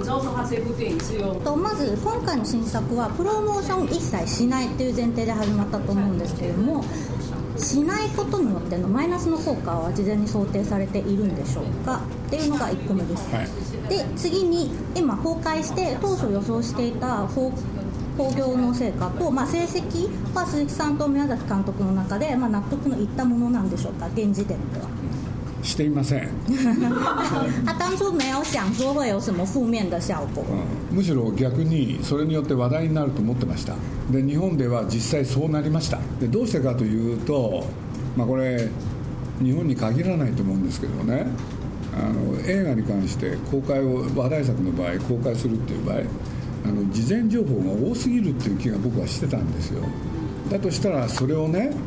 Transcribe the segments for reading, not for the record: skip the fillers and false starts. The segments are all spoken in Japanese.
知道说他这部電影是用まず今回の新作はプロモーション一切しないっていう前提で始まったと思うんですけれども、しないことによってのマイナスの効果は事前に想定されているんでしょうかっていうのが1個目です、はい、で次に今公開して当初予想していた興行の成果と、成績は鈴木さんと宮崎監督の中で、納得のいったものなんでしょうか、現時点では。 していません他当初没有想说会有什么負面的效果、 むしろ逆にそれによって話題になると思ってました。で日本では実際そうなりました。でどうしてかというと、これ日本に限らないと思うんですけどね、映画に関して公開を話題作の場合公開するっていう場合、事前情報が多すぎるっていう気が僕はしてたんですよ。だとしたらそれをね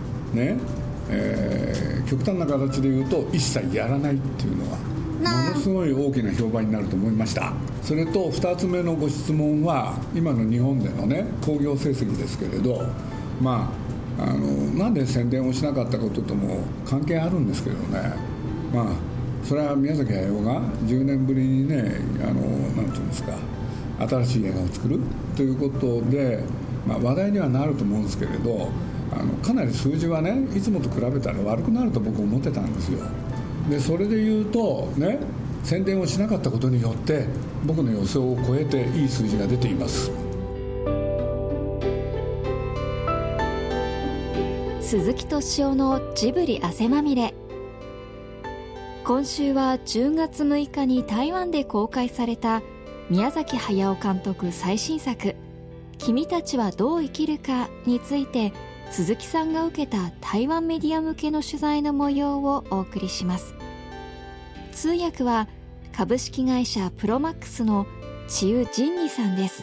極端な形で言うと一切やらないっていうのはものすごい大きな評判になると思いました。それと2つ目のご質問は今の日本でのね興行成績ですけれど、なんで宣伝をしなかったこととも関係あるんですけどね、それは宮崎駿が10年ぶりにねなんていうんですか新しい映画を作るということで、話題にはなると思うんですけれど、かなり数字はねいつもと比べたら悪くなると僕思ってたんですよ。でそれで言うとね、宣伝をしなかったことによって僕の予想を超えていい数字が出ています。 鈴木敏夫のジブリ汗まみれ。今週は10月6日に台湾で公開された宮崎駿監督最新作君たちはどう生きるかについて鈴木さんが受けた台湾メディア向けの取材の模様をお送りします。通訳は株式会社プロマックスの千羽仁二さんです。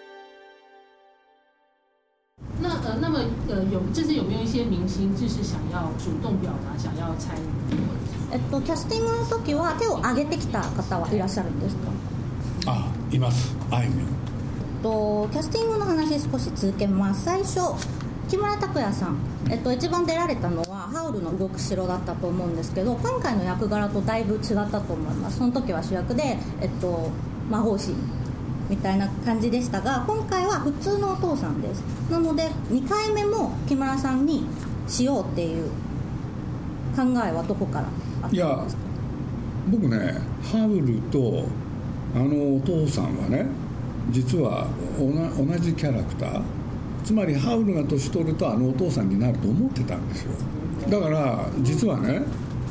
那么这次有没有一些明星就是想要主动表达想要参与？ キャスティングの時は手を挙げてきた方はいらっしゃるんですか？ います。あいみょん。 キャスティングの話少し続けます。最初木村拓哉さん、一番出られたのはハウルの動く城だったと思うんですけど、今回の役柄とだいぶ違ったと思います。その時は主役で、魔法師みたいな感じでしたが、今回は普通のお父さんです。なので2回目も木村さんにしようっていう考えはどこからあったんですか？いや僕ね、ハウルとお父さんはね実は同じキャラクター、つまりハウルが年取るとお父さんになると思ってたんですよ。だから実はね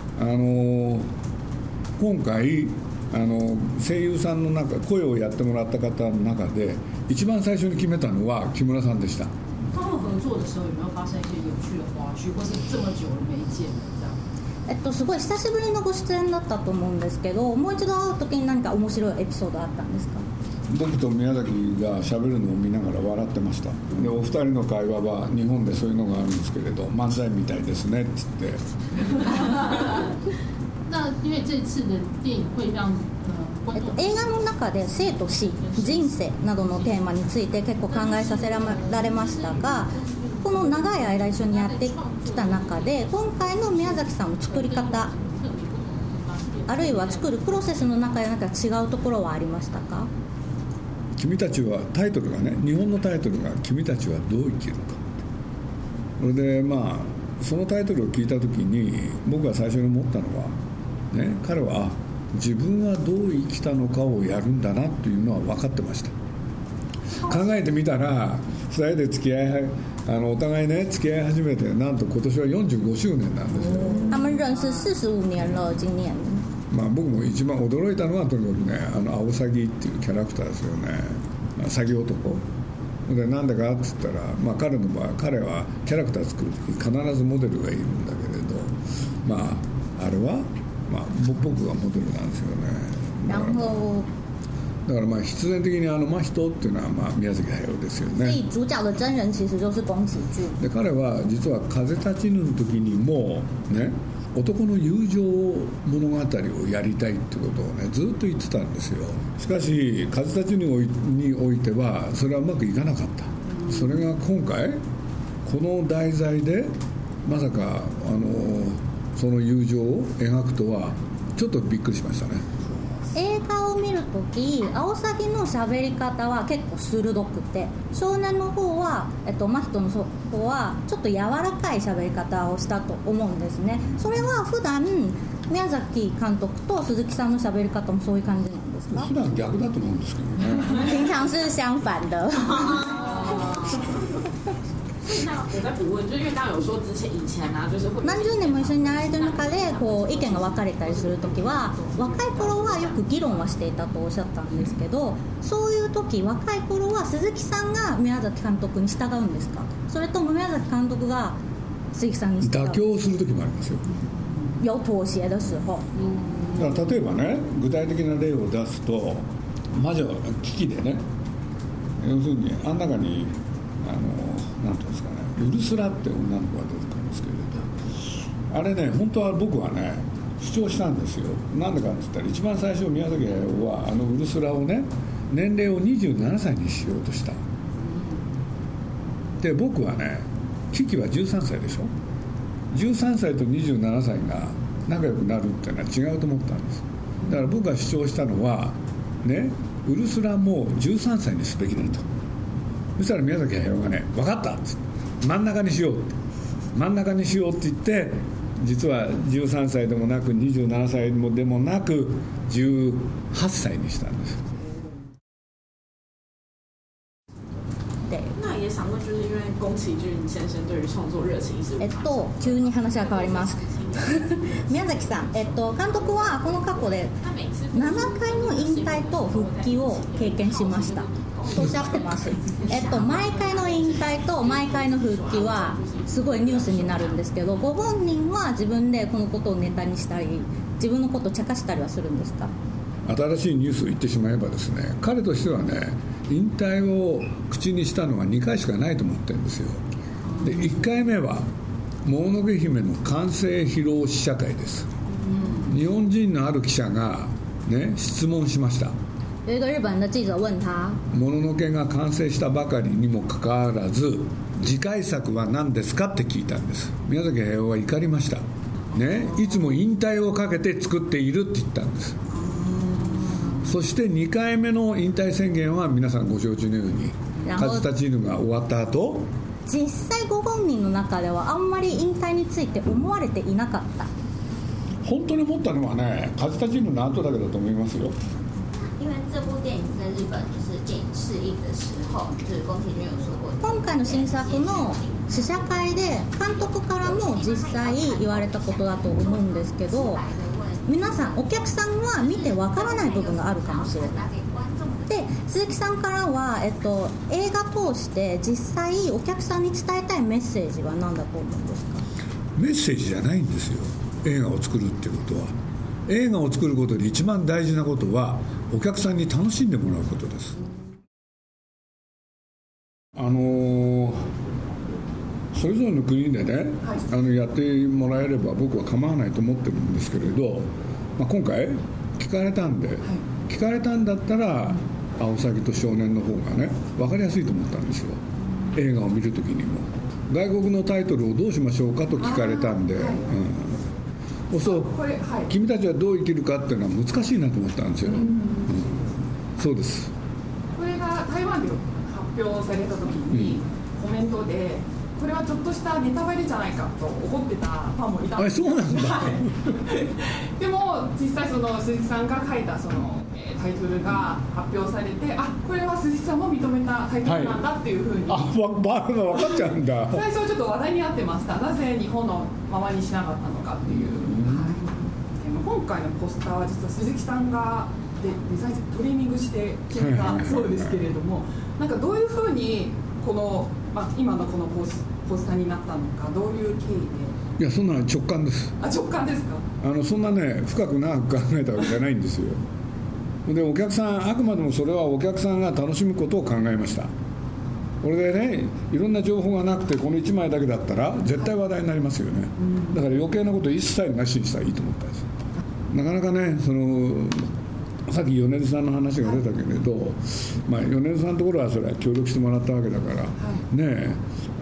今回声優さんの中声をやってもらった方の中で一番最初に決めたのは木村さんでした。 他们合作的时候有没有发生一些有趣的花絮，或是这么久了没见这样？ すごい久しぶりのご出演だったと思うんですけど、もう一度会う時に何か面白いエピソードあったんですか？ 僕と宮崎が喋るのを見ながら笑ってました。でお二人の会話は日本でそういうのがあるんですけれど漫才みたいですねって言って那因为这次的電影会让映画の中で生と死、人生などのテーマについて結構考えさせられましたが、この長い間一緒にやってきた中で今回の宮崎さんの作り方あるいは作るプロセスの中で何か違うところはありましたか？ 君たちはタイトルがね、日本のタイトルが君たちはどう生きるか。それでそのタイトルを聞いた時に僕が最初に思ったのはね、彼は自分はどう生きたのかをやるんだなっていうのは分かってました。考えてみたら2人で付き合いお互いね付き合い始めてなんと今年は45周年なんですよ。 他们认识45年了今年。 僕も一番驚いたのはとにかくねアオサギっていうキャラクターですよね。サギ男でなんでかって言ったら、彼の場合彼はキャラクター作る時必ずモデルがいるんだけれど、あれは、僕がモデルなんですよね。だから必然的に真人っていうのは宮崎駿ですよね。 所以主角的真人其实就是宮崎骏。 で彼は実は風立ちぬの時にもね男の友情物語をやりたいってことをねずっと言ってたんですよ。しかし風立ちぬにおいてはそれはうまくいかなかった。それが今回この題材でまさかその友情を描くとはちょっとびっくりしましたね。 映画を見るときアオサギの喋り方は結構鋭くて、少年の方は、真人の方はちょっと柔らかい喋り方をしたと思うんですね。それは普段宮崎監督と鈴木さんの喋り方もそういう感じなんですか？ 普段逆だと思うんですけどね。 平常是相反的。 那我再补问，就因为刚刚有说以前啊，就是会何十年も一緒になられてる中でこう意見が分かれたりするときは、若い頃はよく議論はしていたとおっしゃったんですけど、そういう時若い頃は鈴木さんが宮崎監督に従うんですか、それとも宮崎監督が鈴木さんに従う？ 妥協する時もありますよ。 有妥協的時候。 だから例えばね、具体的な例を出すと、魔女の危機でね、要するにあん中になんていうんですかね、ウルスラって女の子が出てくるんですけれど、あれね、本当は僕はね主張したんですよ。なんでかって言ったら、一番最初宮崎駿はウルスラをね、年齢を27歳にしようとした。で僕はね、キキは13歳でしょ。13歳と27歳が仲良くなるっていうのは違うと思ったんです。だから僕が主張したのはね、ウルスラも13歳にすべきだと。そしたら宮崎駿がね、分かったっつって、真ん中にしようって言って、実は13歳でもなく27歳でもなく18歳にしたんです。 那也想问，就是因为宫崎骏先生对于創作熱情是急に話が変わります。宮崎さん、監督はこの過去で7回の引退と復帰を経験しましたとおっしゃってます。毎回の引退と毎回の復帰はすごいニュースになるんですけど、ご本人は自分でこのことをネタにしたり、自分のことを茶化したりはするんですか？ 新しいニュースを言ってしまえばですね、彼としてはね、引退を口にしたのは2回しかないと思ってるんですよ。で1回目はもののけ姫の完成披露試写会です。日本人のある記者が、ね、質問しました。 有一个日本的記者問他、 もののけが完成したばかりにもかかわらず次回作は何ですかって聞いたんです。宮崎駿は怒りました、ね、いつも引退をかけて作っているって言ったんです。そして2回目の引退宣言は皆さんご承知のように、風立ちぬが終わった後、 実際ご本人の中ではあんまり引退について思われていなかった。 本当に思ったのはね、風立ちぬの後だけだと思いますよ。 因为这部电影在日本就是电影试映的时候，就是宫崎骏有说过， 今回の新作の試写会で監督からも実際言われたことだと思うんですけど、皆さんお客さんは見てわからない部分があるかもしれない。で鈴木さんからは、映画通して実際お客さんに伝えたいメッセージは何だと思うんですか？ メッセージじゃないんですよ、映画を作るっていうことは。映画を作ることで一番大事なことはお客さんに楽しんでもらうことです。それぞれの国でね、やってもらえれば僕は構わないと思ってるんですけれど、今回聞かれたんで、聞かれたんだったらアオサギと少年の方がね分かりやすいと思ったんですよ。映画を見るときにも外国のタイトルをどうしましょうかと聞かれたんで、そう君たちはどう生きるかっていうのは難しいなと思ったんですよ、そうです。 これが台湾で発表された時に、コメントでこれはちょっとしたネタバレじゃないかと怒ってたファンもいたんです。 そうなんだでも実際その鈴木さんが書いたそのタイトルが発表されて、これは鈴木さんも認めたタイトルなんだっていうふうに、 分かっちゃうんだ。 最初はちょっと話題になってました。なぜ日本のままにしなかったのかっていう、今回のポスターは実は鈴木さんがデザイントリミングして決めたそうですけれども、なんかどういうふうにこの、今のこのポスターになったのか、どういう経緯で。 いや、そんな直感です。 直感ですか？ そんなね深く長く考えたわけじゃないんですよ。でお客さん、あくまでもそれはお客さんが楽しむことを考えました。これでね、いろんな情報がなくてこの1枚だけだったら絶対話題になりますよね。だから余計なこと一切なしにしたらいいと思ったんです。なかなかね、さっき米津さんの話が出たけれど、米津さんのところはそれは協力してもらったわけだから、ね、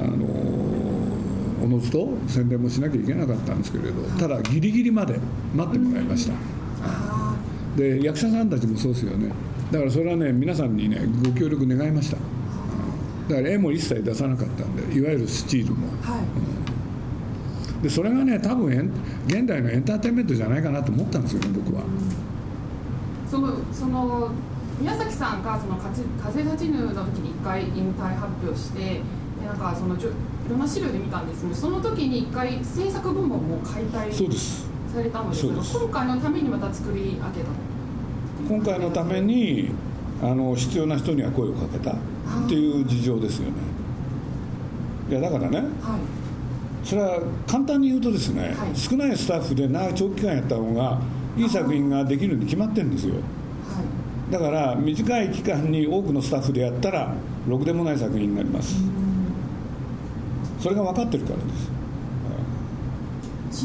おのずと宣伝もしなきゃいけなかったんですけれど、ただギリギリまで待ってもらいました。 で役者さんたちもそうですよね。だからそれはね皆さんにねご協力願いました、だから絵も一切出さなかったんで、いわゆるスチールも、でそれがね多分現代のエンターテインメントじゃないかなと思ったんですよね、僕は。 その宮崎さんがその風立ちぬの時に一回引退発表して、なんかそのいろんな資料で見たんですけど、その時に一回制作部門も解体されたのですが、今回のためにまた作り上げた。 今回のために必要な人には声をかけたっていう事情ですよね。いやだからね、それは簡単に言うとですね、少ないスタッフで長期間やった方がいい作品ができるに決まってるんですよ。だから短い期間に多くのスタッフでやったらろくでもない作品になります。それが分かってるからです。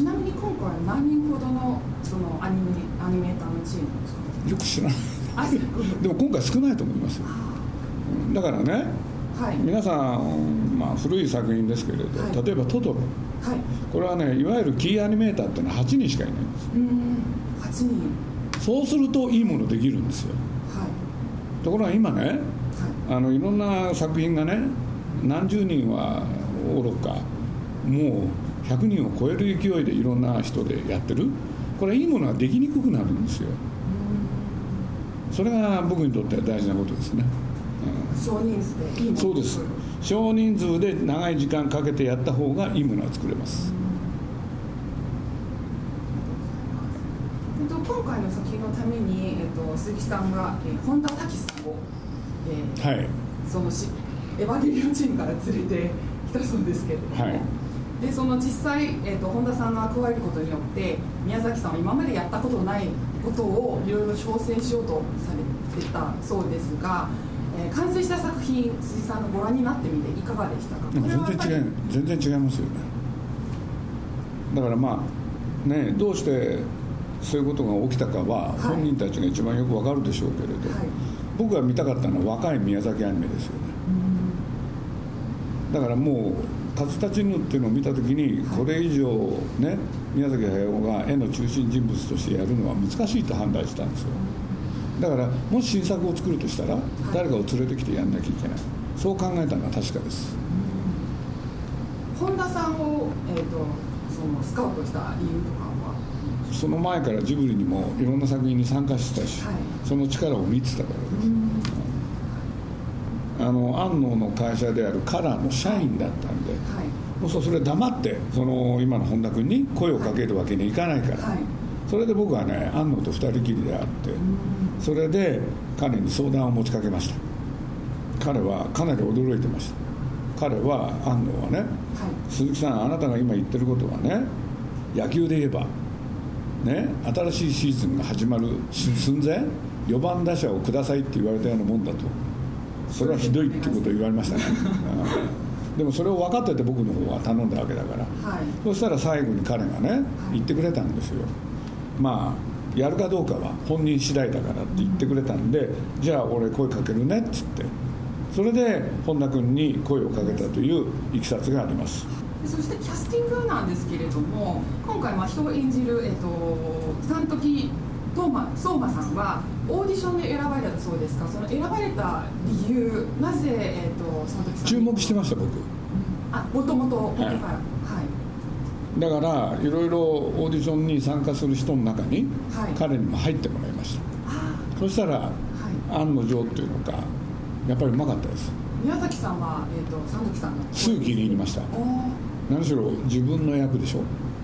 ちなみに今回は何人ほどのそのアニメーターのチームですか？ よく知らないでも今回少ないと思いますよ。だからね、皆さん、古い作品ですけれど、例えばトトロ、これはねいわゆるキーアニメーターっていうのは8人しかいないんです。8人。そうするといいものできるんですよ。ところが今ね、いろんな作品がね何十人はおろかもう100人を超える勢いでいろんな人でやってる。これいいものはできにくくなるんですよ。それが僕にとっては大事なことですね。 少人数でいいもの。そうです。 少人数で長い時間かけてやった方がいいものは作れます。 今回の作品のために、鈴木さんが、本田武さんを、そのエヴァゲリオンチームから連れてきたそうですけれども、でその実際、本田さんが加えることによって宮崎さんは今までやったことないことをいろいろ挑戦しようとされてたそうですが、完成した作品鈴木さんがご覧になってみていかがでしたか？ 全然違いますよね。だからどうしてそういうことが起きたかは本人たちが一番よくわかるでしょうけれど、僕が見たかったのは若い宮崎アニメですよね。だからもう風立ちぬっていうのを見たときに、これ以上ね宮崎駿が絵の中心人物としてやるのは難しいと判断したんですよ。だからもし新作を作るとしたら誰かを連れてきてやんなきゃいけない、そう考えたのは確かです。 本田さんを、そのスカウトした理由とかは？ その前からジブリにもいろんな作品に参加してたし、その力を見てたからです。安納の会社であるカラーの社員だったんで、もうそれ黙って今の本田君に声をかけるわけにいかないから、それで僕はね安納と二人きりで会って、それで彼に相談を持ちかけました。彼はかなり驚いてました。彼は安納はね、鈴木さんあなたが今言ってることはね、野球で言えばね、新しいシーズンが始まる寸前4番打者をくださいって言われたようなもんだと。それはひどいってことを言われましたねでもそれを分かってて僕の方は頼んだわけだから、そしたら最後に彼がね言ってくれたんですよ。やるかどうかは本人次第だからって言ってくれたんで、じゃあ俺声かけるねっつって、それで本田君に声をかけたといういきさつがあります。 そしてキャスティングなんですけれども、今回人を演じる、三時相馬さんはオーディションで選ばれたそうですが、その選ばれた理由、なぜ、三時さん注目してました僕。 もともとから、 だからいろいろオーディションに参加する人の中に、彼にも入ってもらいました。そしたら、案の定っていうのかやっぱりうまかったです。 宮崎さんは、三時さんのすぐ気に入りました。何しろ自分の役でしょ。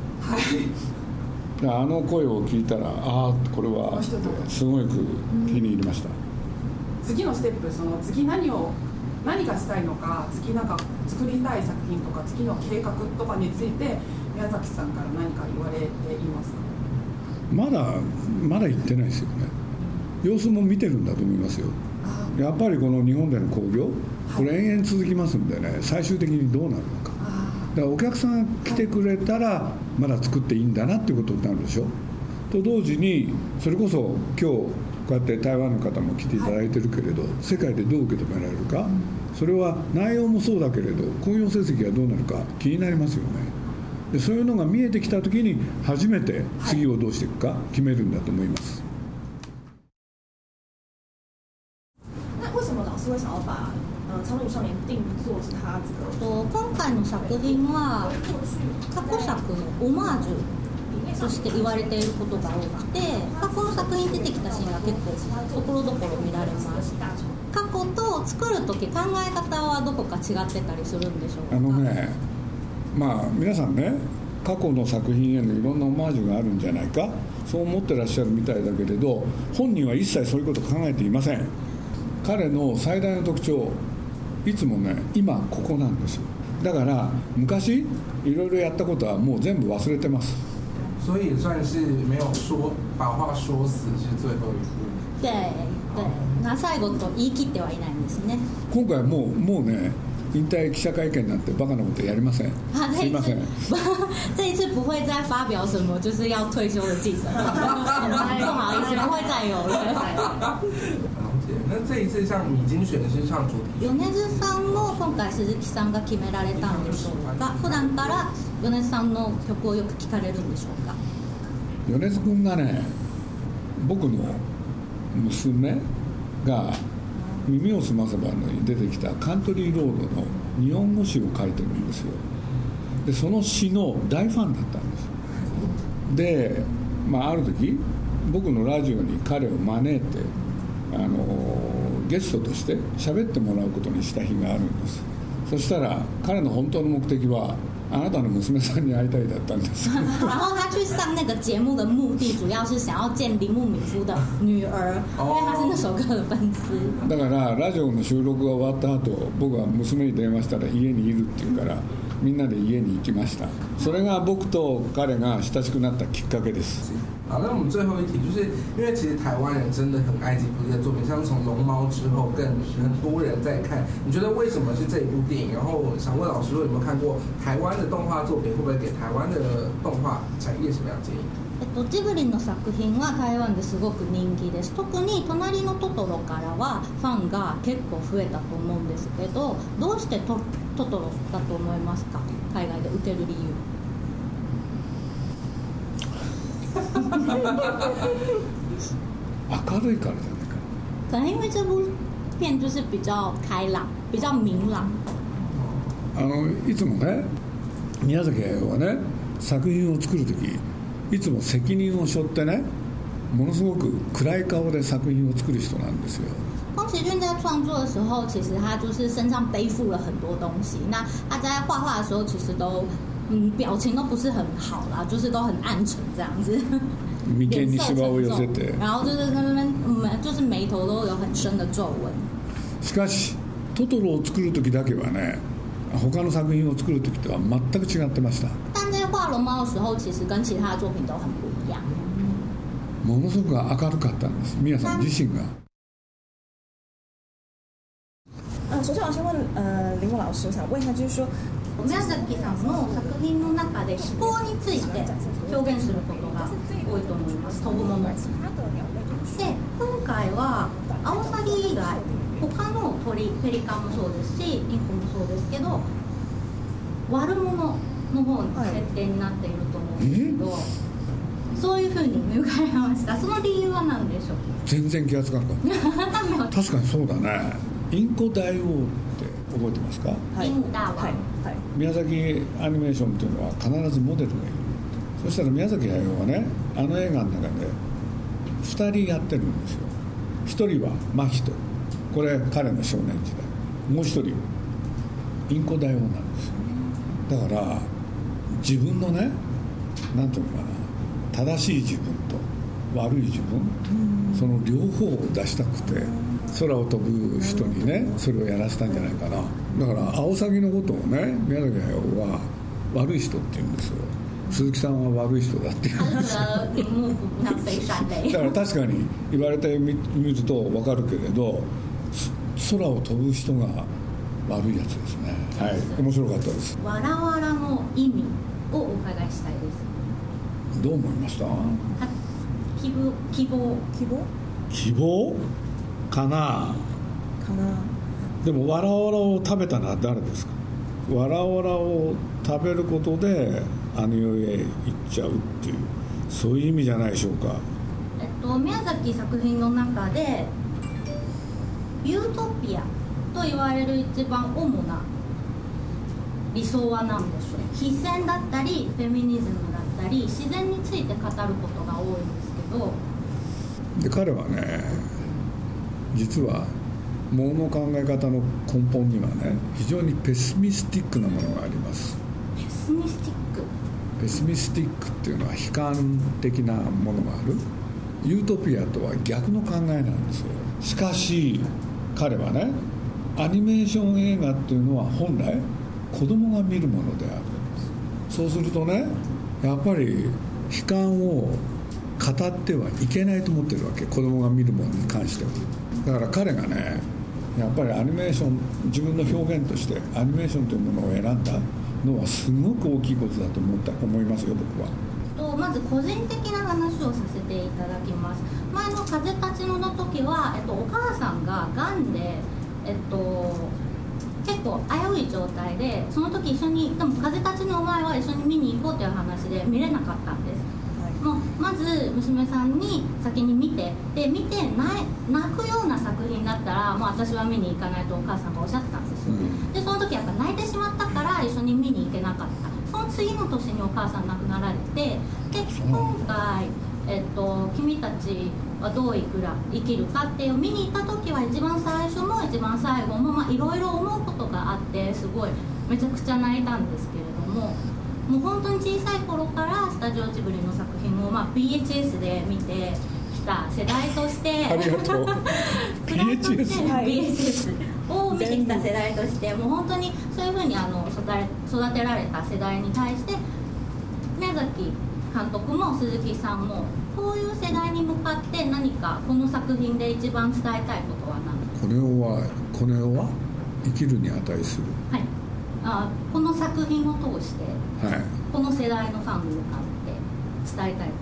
あの声を聞いたら、これはすごく気に入りました。 次のステップ、次何がしたいのか、次なんか作りたい作品とか次の計画とかについて宮崎さんから何か言われていますか？ まだ言ってないですよね。様子も見てるんだと思いますよ。やっぱりこの日本での興行、これ延々続きますんでね、最終的にどうなるのか。だからお客さんが来てくれたらまだ作っていいんだなっていうことになるでしょ。と同時にそれこそ今日こうやって台湾の方も来ていただいてるけれど、世界でどう受け止められるか、それは内容もそうだけれど興行成績がどうなるか気になりますよね。でそういうのが見えてきた時に初めて次をどうしていくか決めるんだと思います。 长路少年定做是他这个。 今回の作品は過去作のオマージュとして言われていることが多くて、過去の作品に出てきたシーンが結構ところどころ見られます。過去と作るとき考え方はどこか違ってたりするんでしょうか。 まあ皆さんね、過去の作品へのいろんなオマージュがあるんじゃないか、そう思ってらっしゃるみたいだけれど、本人は一切そういうことを考えていません。彼の最大の特徴、いつもね、今ここなんですよ。だから昔いろいろやったことはもう全部忘れてます。 所以也算是没有说把话说死是最後一部。 で最後と言い切ってはいないんですね。 今回もうね、引退記者会見なんてバカなことやりません。すいません。 这一次不会再发表什么就是要退休的记者不好意思，不会再有了。 那这一次像米津玄師唱主題曲、 米津さんも今回鈴木さんが決められたんでしょうか。普段から米津さんの曲をよく聴かれるんでしょうか。 米津君がね、僕の娘が耳をすませばに出てきたカントリーロードの日本語詩を書いてるんですよ。でその詩の大ファンだったんです。で、ある時僕のラジオに彼を招いてゲストとして喋ってもらうことにした日があるんです。そしたら彼の本当の目的はあなたの娘さんに会いたいだったんです。 然后他去上那个节目的目的主要是想要见铃木敏夫的女儿，因为他是那首歌的粉丝。 だからラジオの収録が終わった後、僕は娘に電話したら家にいるって言うからみんなで家に行きました。それが僕と彼が親しくなったきっかけです。 好，那我们最后一题，就是因为其实台湾人真的很爱吉卜力的作品，像从《龙猫》之后，更很多人在看。你觉得为什么是这一部电影？然后想问老师，有没有看过台湾的动画作品？会不会给台湾的动画产业什么样的建议？ ジブリの作品は台湾ですごく人気です。特に隣のトトロからはファンが結構増えたと思うんですけど、どうしてトトロだと思いますか？海外で受ける理由。 明るいからじゃないかな。可能因为这部片就是比较开朗，比较明朗。 いつもね、宮崎駿はね、作品を作るときいつも責任を背負ってね、ものすごく暗い顔で作品を作る人なんですよ。 宫崎骏在创作的时候，其实他就是身上背负了很多东西。那他在画画的时候，其实都表情都不是很好啦，就是都很暗沉这样子。 眉間にシワを寄せて、 然后就是那边就是眉头都有很深的皱纹。 しかしトトロを作る時だけはね、他の作品を作る時とは全く違ってました。 但在画龙猫的时候，其实跟其他的作品都很不一样。 ものすごく明るかったんです、宮さん自身が。 首先我先问铃木老师，我想问一下，就是说宮崎さんの作品の中で気候について表現することが多いと思います。飛ぶもので、今回はアオサギ以外他の鳥、ペリカンもそうですしインコもそうですけど、悪者の方の設定になっていると思うんですけど、そういうふうに見受かりました。その理由は何でしょう？ 全然気がつかなかった。確かにそうだね。インコ大王って覚えてますか？ インコ大王、 宮崎アニメーションっていうのは必ずモデルがいる。そしたら宮崎駿はね、あの映画の中で2人やってるんですよ。1人は真人、これ彼の少年時代。もう1人インコ大王なんですよ。だから自分のね、なんていうのかな、正しい自分と悪い自分、その両方を出したくて空を飛ぶ人にね、それをやらせたんじゃないかな。だからアオサギのことをね、宮崎駿は悪い人って言うんですよ。鈴木さんは悪い人だって言うんですよ。だから確かに言われてみると分かるけれど、空を飛ぶ人が悪いやつですね。はい、面白かったです。 わらわらの意味をお伺いしたいです。 どう思いました？希望かな。でもわらわらを食べたのは誰ですか？わらわらを食べることであの世へ行っちゃうっていう、そういう意味じゃないでしょうか。 宮崎作品の中でユートピアと言われる一番主な理想は何でしょう。非戦だったりフェミニズムだったり自然について語ることが多いんですけど、 で彼はね、実は物の考え方の根本にはね、非常にペシミスティックなものがあります。 ペシミスティック、 ペシミスティックっていうのは悲観的なものがある。ユートピアとは逆の考えなんですよ。しかし彼はね、アニメーション映画っていうのは本来子供が見るものである。そうするとね、やっぱり悲観を語ってはいけないと思ってるわけ、子供が見るものに関しては。だから彼がね、やっぱりアニメーション、自分の表現としてアニメーションというものを選んだのはすごく大きいことだと思いますよ、僕は。 まず個人的な話をさせていただきます。前の風立ちぬの時は、お母さんががんで、結構危うい状態で、その時一緒に、でも風立ちぬお前は一緒に見に行こうという話で見れなかったんです。もうまず娘さんに先に見て、で見て泣くような作品だったら、もう私は見に行かないとお母さんがおっしゃったんですよ。でその時やっぱ泣いてしまったから一緒に見に行けなかった。その次の年にお母さん亡くなられて、で今回、君たちはどう生きるかっていう見に行った時は、一番最初も一番最後もいろいろ思うことがあって、すごいめちゃくちゃ泣いたんですけれども、もう本当に小さい頃からスタジオジブリの作品を、VHS で見てきた世代としてありがとう VHS を見てきた世代として、もう本当にそういうふうに育てられた世代に対して、宮崎監督も鈴木さんもこういう世代に向かって何かこの作品で一番伝えたいことは何ですか？ この世は生きるに値する。 はい、この作品を通して、 はい、 この世代のファンに向かって伝えたいこと。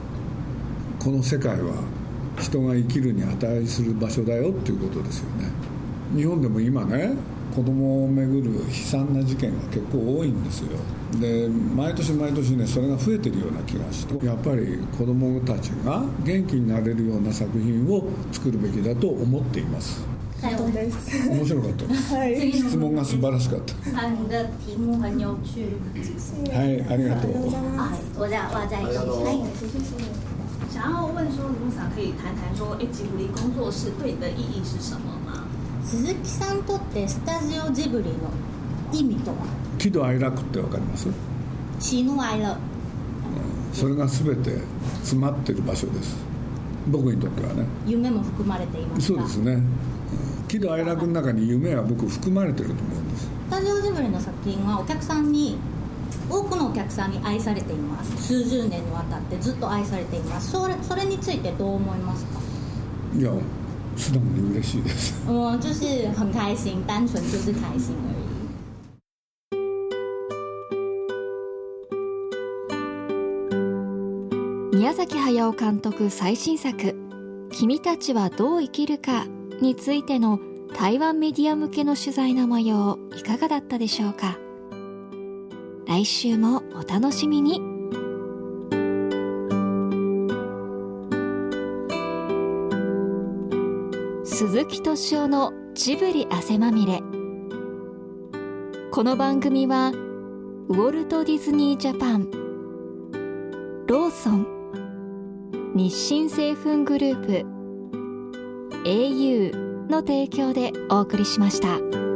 この世界は人が生きるに値する場所だよっていうことですよね。日本でも今ね、子供をめぐる悲惨な事件が結構多いんですよ。で毎年毎年ね、それが増えてるような気がして、やっぱり子供たちが元気になれるような作品を作るべきだと思っています。 最後です。 面白かったです。はい、質問が素晴らしかった。 題目很有趣。 はい、ありがとう。 我在一起。 想要问说，卢さん可以谈谈说，吉卜力工作室对你的意义是什么吗？ 鈴木さんにとってスタジオジブリの意味とは？ 喜怒哀楽ってわかります？ 喜怒哀楽。 それが全て詰まってる場所です。僕にとってはね。 夢も含まれていますか？ そうですね。喜怒哀楽の中に夢は僕含まれてると思うんです。 スタジオジブリの作品は多くのお客さんに愛されています。数十年にわたってずっと愛されています。それについてどう思いますか？ いや、素直に嬉しいです。 就是很開心，單純就是開心而已。 宮崎駿監督最新作「君たちはどう生きるか」についての台湾メディア向けの取材の模様、いかがだったでしょうか。来週もお楽しみに。鈴木敏夫のジブリ汗まみれ。この番組はウォルト・ディズニー・ジャパン、ローソン、日清製粉グループ、au の提供でお送りしました。